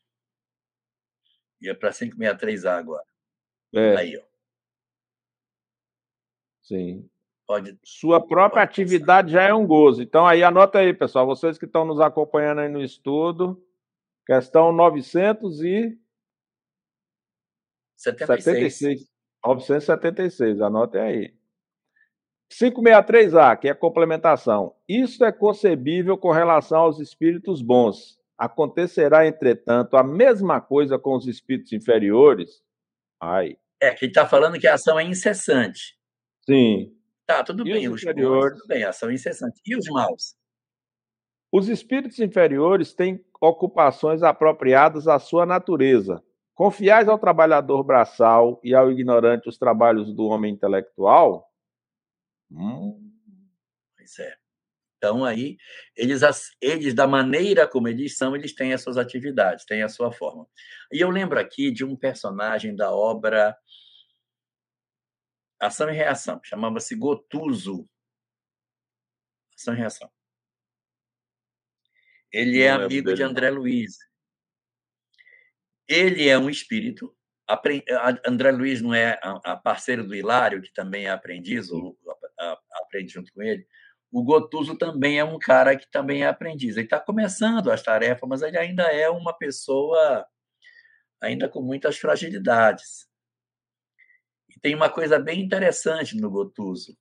Ia para quinhentos e sessenta e três A agora. É. Aí, ó. Sim. Pode, Sua própria pode atividade passar. Já é um gozo. Então, aí anota aí, pessoal, vocês que estão nos acompanhando aí no estudo, questão novecentos e setenta e seis. novecentos e setenta e seis, anotem aí. quinhentos e sessenta e três A, que é complementação. Isso é concebível com relação aos espíritos bons. Acontecerá, entretanto, a mesma coisa com os espíritos inferiores? Ai. É, que ele está falando que a ação é incessante. Sim. Tá, tudo E bem, os os inferiores? bons, tudo bem, a ação é incessante. E os maus? Os espíritos inferiores têm ocupações apropriadas à sua natureza. Confiais ao trabalhador braçal e ao ignorante os trabalhos do homem intelectual? Hum. Pois é. Então, aí, eles, eles, da maneira como eles são, eles têm as suas atividades, têm a sua forma. E eu lembro aqui de um personagem da obra Ação e Reação, chamava-se Gotuso. Ação e Reação. Ele Não é lembro amigo dele, de André não. Luiz. Ele é um espírito. André Luiz não é a parceiro do Hilário, que também é aprendiz, ou aprende junto com ele. O Gotuso também é um cara que também é aprendiz. Ele está começando as tarefas, mas ele ainda é uma pessoa ainda com muitas fragilidades. E tem uma coisa bem interessante no Gotuso.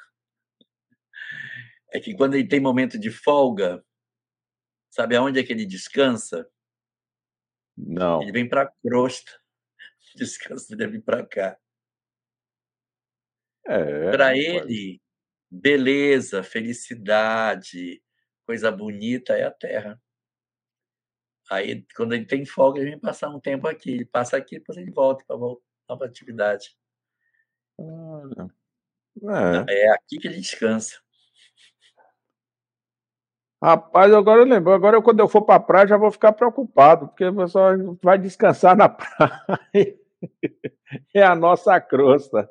É que quando ele tem momento de folga, sabe aonde é que ele descansa? Não. Ele vem para a crosta. Descansa, ele vem para cá. É, para ele, beleza, felicidade, coisa bonita é a terra. Aí, quando ele tem folga, ele vem passar um tempo aqui. Ele passa aqui, depois ele volta para voltar para a atividade. Olha, é. É aqui que ele descansa. Rapaz, agora eu lembro. Agora, eu, quando eu for para a praia, já vou ficar preocupado, porque o pessoal vai descansar na praia. É a nossa crosta.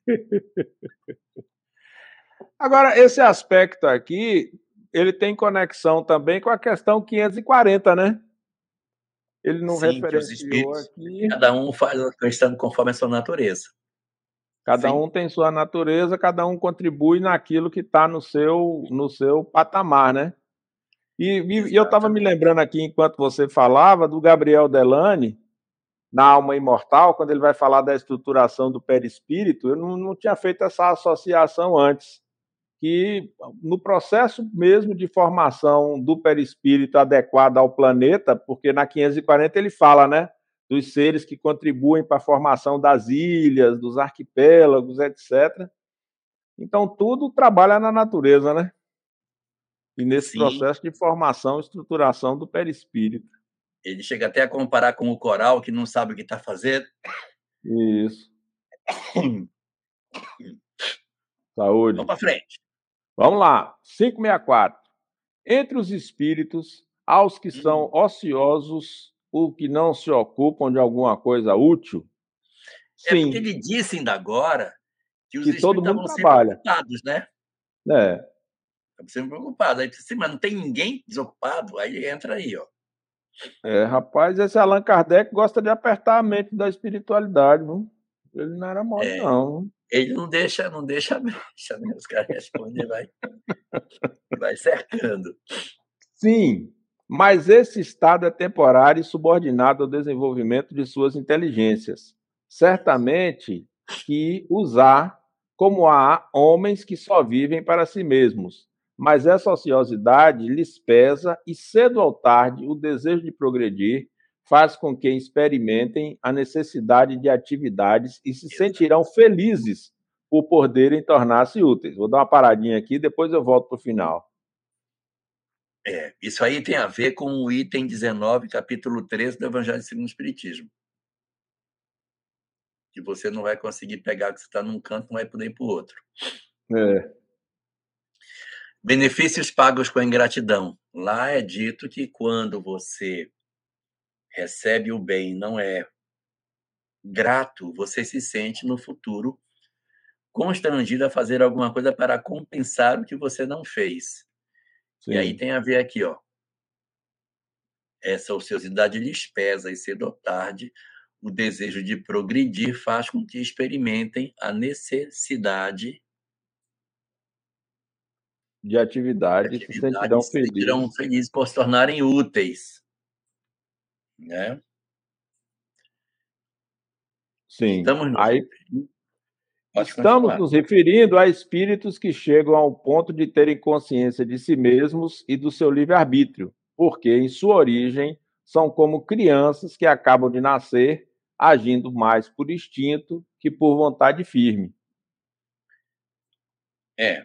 Agora, esse aspecto aqui, ele tem conexão também com a questão quinhentos e quarenta, né? Ele não Sim, que os referenciou espíritos, aqui. cada um faz a questão conforme a sua natureza. Cada Sim. um tem sua natureza, cada um contribui naquilo que está no seu, no seu patamar, né? E, e- e eu estava me lembrando aqui, enquanto você falava, do Gabriel Delane, na Alma Imortal, quando ele vai falar da estruturação do perispírito, eu não, não tinha feito essa associação antes, que no processo mesmo de formação do perispírito adequado ao planeta, porque na quinhentos e quarenta ele fala, né, dos seres que contribuem para a formação das ilhas, dos arquipélagos, etcétera. Então, tudo trabalha na natureza, né? E nesse Sim. processo de formação e estruturação do perispírito. Ele chega até a comparar com o coral, que não sabe o que está fazendo. Isso. Saúde. Vamos para frente. Vamos lá. quinhentos e sessenta e quatro. Entre os espíritos, há os que são Hum. ociosos, os que não se ocupam de alguma coisa útil. É porque Sim, ele disse ainda agora que os que todo espíritos mundo estavam sempre trabalha. ocupados, né? É, Estavam sempre ocupados. Aí disse assim, mas não tem ninguém desocupado? Aí entra aí, ó. é, rapaz, esse Allan Kardec gosta de apertar a mente da espiritualidade, viu? Ele não era mole, É. não. Ele não deixa, não deixa a brecha, né? Os caras respondem e vai, vai cercando. Sim, mas esse estado é temporário e subordinado ao desenvolvimento de suas inteligências. Certamente que usar, como há homens que só vivem para si mesmos, mas essa ociosidade lhes pesa e cedo ou tarde o desejo de progredir faz com que experimentem a necessidade de atividades e se sentirão felizes por poderem tornar-se úteis. Vou dar uma paradinha aqui, depois eu volto para o final. É, isso aí tem a ver com o item dezenove, capítulo treze do Evangelho segundo o Espiritismo. Que você não vai conseguir pegar, que você está num canto, não vai poder ir para o outro. É. Benefícios pagos com a ingratidão. Lá é dito que quando você recebe o bem e não é grato, você se sente no futuro constrangido a fazer alguma coisa para compensar o que você não fez. Sim. E aí tem a ver aqui, ó. Essa ociosidade lhes pesa e cedo ou tarde o desejo de progredir faz com que experimentem a necessidade de atividade, de se atividade sentirão e se sentirão felizes. felizes por se tornarem úteis. Né? Sim. Estamos nos, Aí Pode estamos continuar. nos referindo a espíritos que chegam ao ponto de terem consciência de si mesmos e do seu livre-arbítrio, porque em sua origem são como crianças que acabam de nascer, agindo mais por instinto que por vontade firme. É.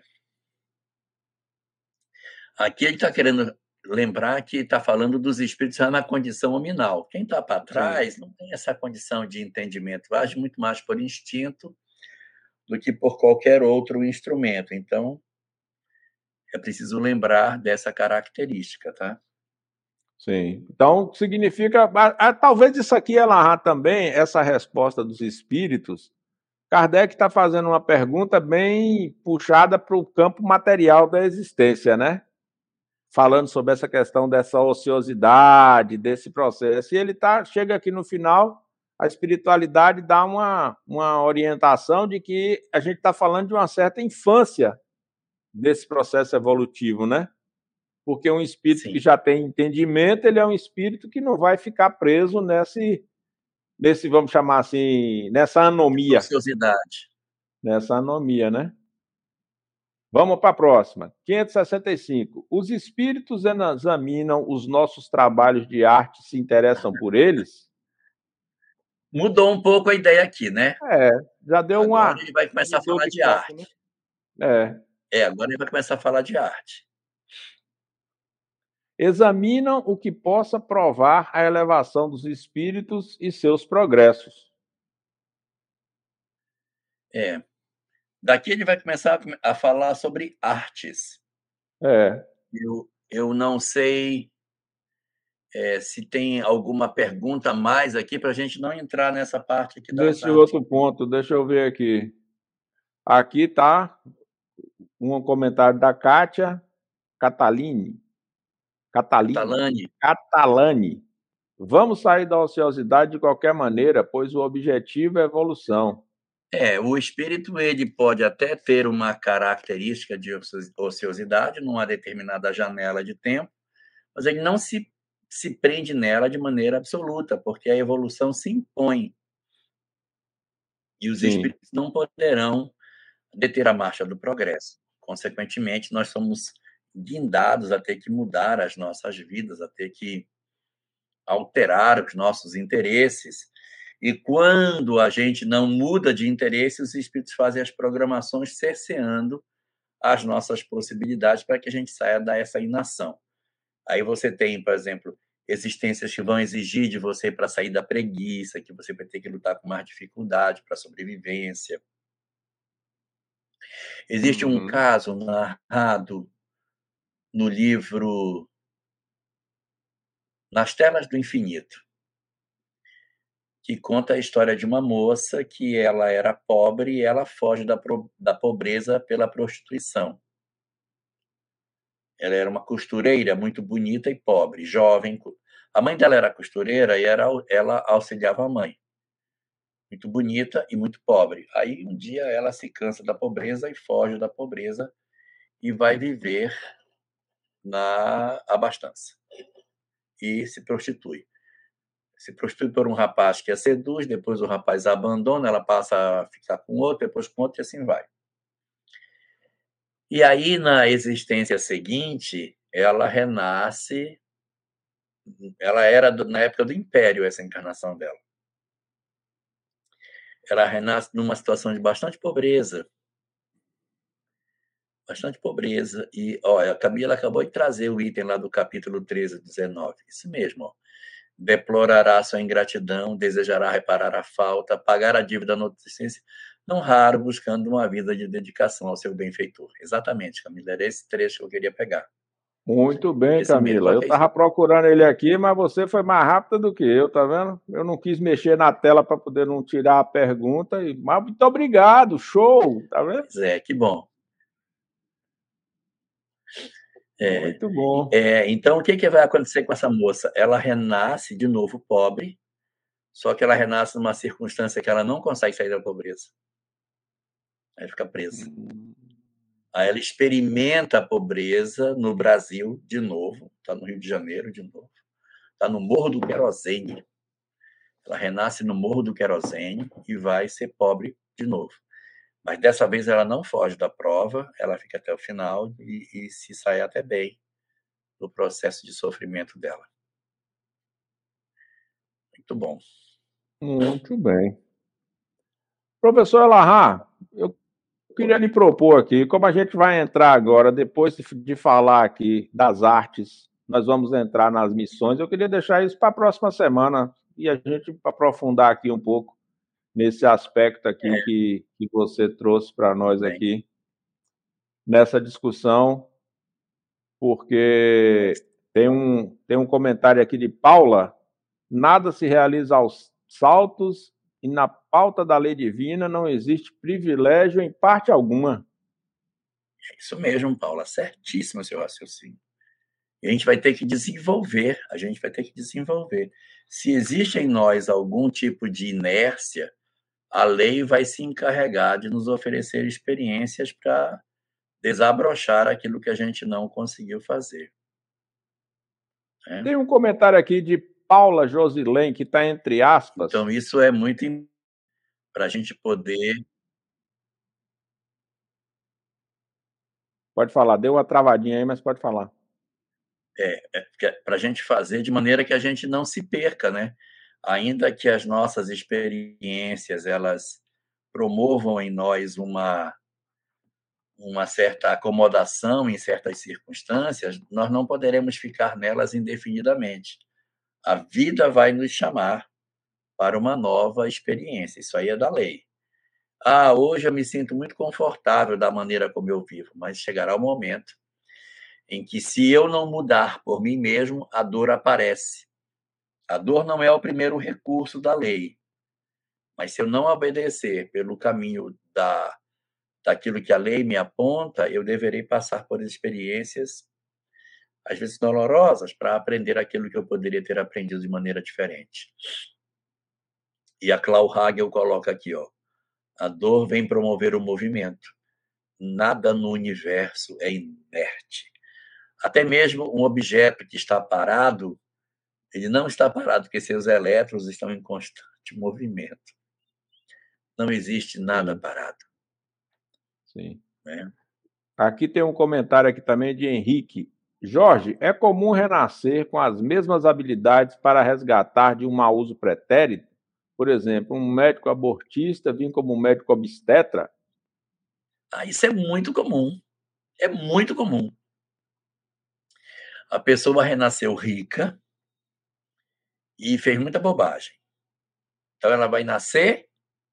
Aqui ele está querendo lembrar que está falando dos espíritos já na condição nominal. Quem está para trás não tem essa condição de entendimento, age muito mais por instinto do que por qualquer outro instrumento. Então, é preciso lembrar dessa característica, tá? Sim. Então, significa. A, a, talvez isso aqui ela também, essa resposta dos espíritos. Kardec está fazendo uma pergunta bem puxada para o campo material da existência, né? Falando sobre essa questão dessa ociosidade, desse processo. E ele tá, chega aqui no final, a espiritualidade dá uma, uma orientação de que a gente está falando de uma certa infância desse processo evolutivo, né? Porque um espírito Sim. que já tem entendimento, ele é um espírito que não vai ficar preso nesse, nesse vamos chamar assim, nessa anomia. Ociosidade. Nessa anomia, né? Vamos para a próxima. quinhentos e sessenta e cinco. Os espíritos examinam os nossos trabalhos de arte e se interessam por eles? Mudou um pouco a ideia aqui, né? É, já deu agora uma... Agora ele vai começar a falar de, de foco, arte. Né? É. É, agora ele vai começar a falar de arte. examinam o que possa provar a elevação dos espíritos e seus progressos. É. Daqui ele vai começar a falar sobre artes. É. Eu, eu não sei é, se tem alguma pergunta a mais aqui para a gente não entrar nessa parte aqui das Nesse artes. outro ponto, deixa eu ver aqui. Aqui está um comentário da Kátia Catalini. Catalini. Catalani. Catalani. Vamos sair da ociosidade de qualquer maneira, pois o objetivo é a evolução. É, o espírito ele pode até ter uma característica de ociosidade numa determinada janela de tempo, mas ele não se, se prende nela de maneira absoluta, porque a evolução se impõe. E os Sim. espíritos não poderão deter a marcha do progresso. Consequentemente, nós somos guindados a ter que mudar as nossas vidas, a ter que alterar os nossos interesses. E quando a gente não muda de interesse, os espíritos fazem as programações cerceando as nossas possibilidades para que a gente saia dessa inação. Aí você tem, por exemplo, existências que vão exigir de você para sair da preguiça, que você vai ter que lutar com mais dificuldade para a sobrevivência. Existe um Uhum. caso narrado no livro Nas Telas do Infinito, que conta a história de uma moça que ela era pobre e ela foge da, pro- da pobreza pela prostituição. Ela era uma costureira muito bonita e pobre, jovem. A mãe dela era costureira e era, ela auxiliava a mãe. Muito bonita e muito pobre. Aí um dia ela se cansa da pobreza e foge da pobreza e vai viver na abastança. E se prostitui. Se prostitui por um rapaz que a seduz, depois o rapaz a abandona, ela passa a ficar com outro, depois com outro e assim vai. E aí, na existência seguinte, ela renasce. Ela era do, na época do Império, essa encarnação dela. Ela renasce numa situação de bastante pobreza. Bastante pobreza. E, olha, a Camila acabou de trazer o item lá do capítulo treze, dezenove. Isso mesmo, ó. Deplorará sua ingratidão, desejará reparar a falta, pagar a dívida na existência, não raro buscando uma vida de dedicação ao seu benfeitor. Exatamente, Camila, era esse trecho que eu queria pegar. Muito bem, Esse mesmo. Camila. Eu Coloca isso. estava procurando ele aqui, mas você foi mais rápida do que eu, tá vendo? Eu não quis mexer na tela para poder não tirar a pergunta. e- Mas muito obrigado, show, tá vendo? Pois é, que bom. É, Muito bom. é, então, o que, que vai acontecer com essa moça? Ela renasce de novo pobre, só que ela renasce numa circunstância que ela não consegue sair da pobreza. Aí fica presa. Aí ela experimenta a pobreza no Brasil de novo, está no Rio de Janeiro de novo, está no Morro do Querosene. Ela renasce no Morro do Querosene e vai ser pobre de novo. Mas dessa vez ela não foge da prova, ela fica até o final e, e se sai até bem do processo de sofrimento dela. Muito bom. Muito bem. Professor Elahá, eu queria lhe propor aqui, como a gente vai entrar agora, depois de falar aqui das artes, nós vamos entrar nas missões, eu queria deixar isso para a próxima semana e a gente aprofundar aqui um pouco nesse aspecto aqui É. que, que você trouxe para nós Bem. aqui, nessa discussão, porque tem um, tem um comentário aqui de Paula, nada se realiza aos saltos e na pauta da lei divina não existe privilégio em parte alguma. É isso mesmo, Paula, certíssimo o seu raciocínio. E a gente vai ter que desenvolver, a gente vai ter que desenvolver. Se existe em nós algum tipo de inércia, a lei vai se encarregar de nos oferecer experiências para desabrochar aquilo que a gente não conseguiu fazer. É. Tem um comentário aqui de Paula Josilene, que está entre aspas. Então, isso é muito para a gente poder... Pode falar, deu uma travadinha aí, mas pode falar. É, é para a gente fazer de maneira que a gente não se perca, né? Ainda que as nossas experiências elas promovam em nós uma uma certa acomodação em certas circunstâncias, nós não poderemos ficar nelas indefinidamente. A vida vai nos chamar para uma nova experiência, isso aí é da lei. Ah, hoje eu me sinto muito confortável da maneira como eu vivo, mas chegará o momento em que, se eu não mudar por mim mesmo, a dor aparece. A dor não é o primeiro recurso da lei, mas se eu não obedecer pelo caminho da, daquilo que a lei me aponta, eu deverei passar por experiências, às vezes dolorosas, para aprender aquilo que eu poderia ter aprendido de maneira diferente. E a Clau Hagel coloca aqui, ó, a dor vem promover o movimento. Nada no universo é inerte. Até mesmo um objeto que está parado, ele não está parado, porque seus elétrons estão em constante movimento. Não existe nada Sim. parado. Sim. Né? Aqui tem um comentário aqui também de Henrique. Jorge, é comum renascer com as mesmas habilidades para resgatar de um mau uso pretérito? Por exemplo, um médico abortista vir como um médico obstetra? Ah, isso é muito comum. É muito comum. A pessoa renasceu rica e fez muita bobagem. Então ela vai nascer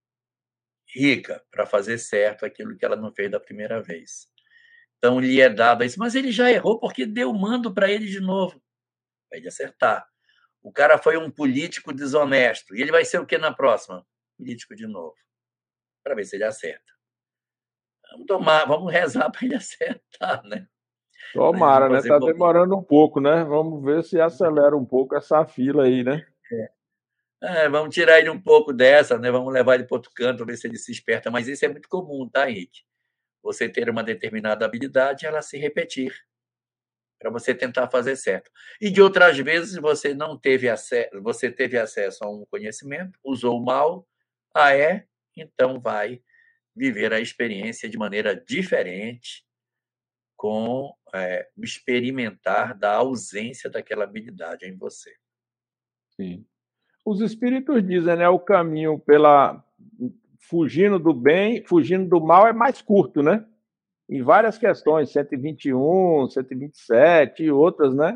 rica para fazer certo aquilo que ela não fez da primeira vez. Então lhe é dado isso, mas ele já errou porque deu mando para ele de novo, para ele acertar. O cara foi um político desonesto, e ele vai ser o que na próxima? Político de novo, para ver se ele acerta. Vamos tomar, vamos rezar para ele acertar, né? Pra ele não Tomara, né? fazer Tá bobagem. demorando um pouco, né? Vamos ver se acelera um pouco essa fila aí, né? É, vamos tirar ele um pouco dessa, né? Vamos levar ele para outro canto, ver se ele se esperta. Mas isso é muito comum, tá, Henrique? Você ter uma determinada habilidade e ela se repetir, para você tentar fazer certo. E de outras vezes você não teve acesso, você teve acesso a um conhecimento, usou mal, ah é? Então vai viver a experiência de maneira diferente, com é, o experimentar da ausência daquela habilidade em você. Sim. Os espíritos dizem, né? O caminho pela fugindo do bem, fugindo do mal é mais curto, né? Em várias questões, cento e vinte e um, cento e vinte e sete e outras, né?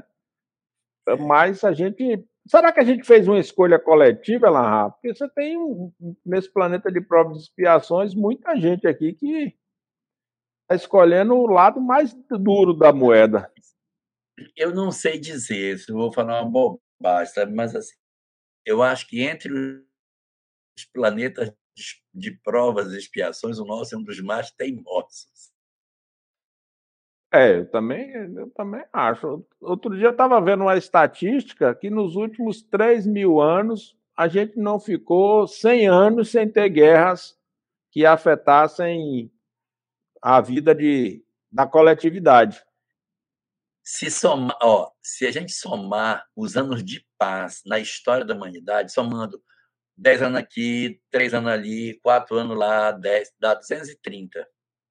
Mas a gente. Será que a gente fez uma escolha coletiva, Elahá? Porque você tem, um, nesse planeta de provas e expiações, muita gente aqui que está escolhendo o lado mais duro da moeda. Eu não sei dizer, se eu vou falar uma bobagem, sabe? Mas assim, eu acho que entre os planetas de, de provas e expiações, o nosso é um dos mais teimosos. É, eu também, eu também acho. Outro dia eu estava vendo uma estatística que nos últimos três mil anos a gente não ficou cem anos sem ter guerras que afetassem a vida de, da coletividade. Se somar, ó, se a gente somar os anos de paz na história da humanidade, somando dez anos aqui, três anos ali, quatro anos lá, dez, dá duzentos e trinta.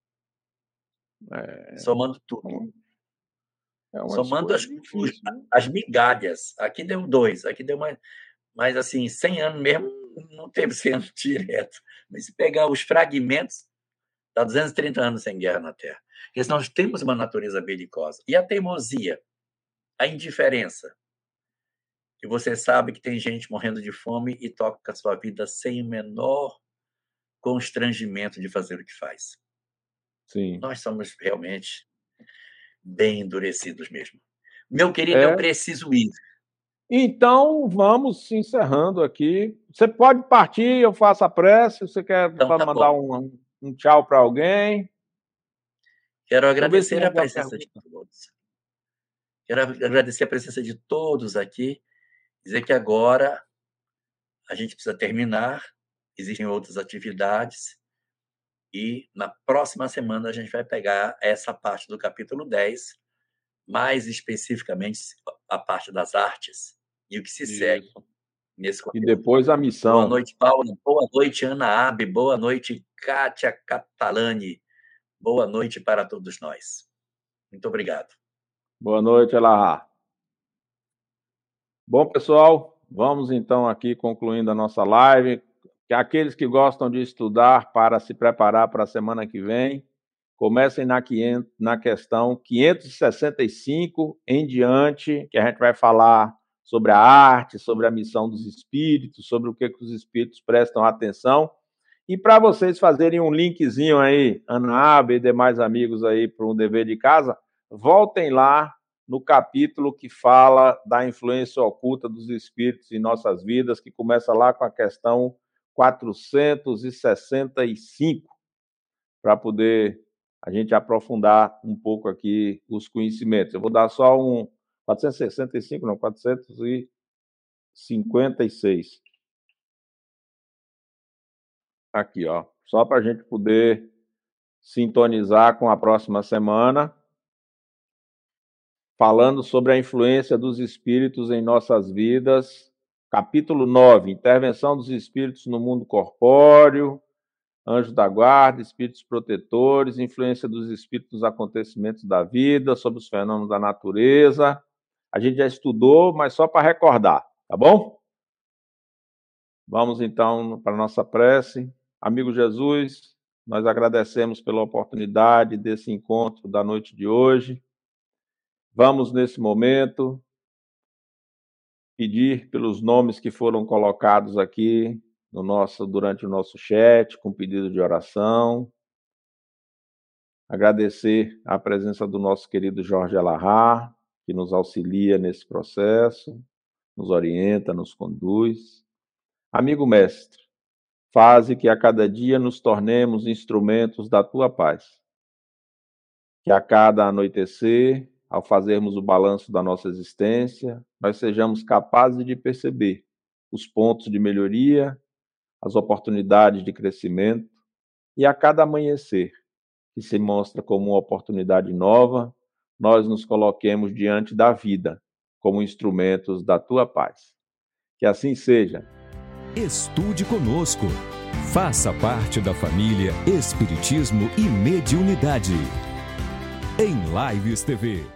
É, Somando tudo. é uma Somando escolha as, os, difícil, né? as migalhas. Aqui deu dois, aqui deu mais. Mas, assim, cem anos mesmo, não teve cem anos direto. Mas se pegar os fragmentos, dá duzentos e trinta anos sem guerra na Terra. Porque nós temos uma natureza belicosa. E a teimosia, a indiferença, que você sabe que tem gente morrendo de fome e toca a sua vida sem o menor constrangimento de fazer o que faz. Sim. Nós somos realmente bem endurecidos mesmo. Meu querido, eu É, preciso ir. então vamos encerrando aqui. Você pode partir, eu faço a prece. Você quer Então, tá mandar bom. um, um tchau para alguém? Quero Deixa eu ver se tem agradecer a alguma presença de pergunta. todos. Quero agradecer a presença de todos aqui. Dizer que agora a gente precisa terminar, existem outras atividades, e na próxima semana a gente vai pegar essa parte do capítulo dez, mais especificamente a parte das artes e o que se segue Isso. nesse E conteúdo. depois a Boa missão. noite, Paula. Boa noite, Ana Abe. Boa noite, Kátia Catalani. Boa noite para todos nós. Muito obrigado. Boa noite, Elahá. Bom, pessoal, vamos então aqui concluindo a nossa live. Que aqueles que gostam de estudar para se preparar para a semana que vem, comecem na, quinhentos, na questão quinhentos e sessenta e cinco em diante, que a gente vai falar sobre a arte, sobre a missão dos espíritos, sobre o que, que os espíritos prestam atenção. E para vocês fazerem um linkzinho aí, Ana Abe e demais amigos aí para um dever de casa, voltem lá no capítulo que fala da influência oculta dos espíritos em nossas vidas, que começa lá com a questão quatrocentos e sessenta e cinco, para poder a gente aprofundar um pouco aqui os conhecimentos. Eu vou dar só um quatrocentos e sessenta e cinco, não, quatrocentos e cinquenta e seis. Aqui, ó, só para a gente poder sintonizar com a próxima semana, falando sobre a influência dos espíritos em nossas vidas. Capítulo nove, intervenção dos espíritos no mundo corpóreo, anjos da guarda, espíritos protetores, influência dos espíritos nos acontecimentos da vida, sobre os fenômenos da natureza. A gente já estudou, mas só para recordar, tá bom? Vamos então para a nossa prece. Amigo Jesus, nós agradecemos pela oportunidade desse encontro da noite de hoje. Vamos, nesse momento, pedir pelos nomes que foram colocados aqui no nosso, durante o nosso chat, com pedido de oração. Agradecer a presença do nosso querido Jorge Alahá, que nos auxilia nesse processo, nos orienta, nos conduz. Amigo mestre, faze que a cada dia nos tornemos instrumentos da tua paz. Que a cada anoitecer, ao fazermos o balanço da nossa existência, nós sejamos capazes de perceber os pontos de melhoria, as oportunidades de crescimento, e a cada amanhecer, que se mostra como uma oportunidade nova, nós nos coloquemos diante da vida, como instrumentos da tua paz. Que assim seja. Estude conosco. Faça parte da família Espiritismo e Mediunidade. Em Lives T V.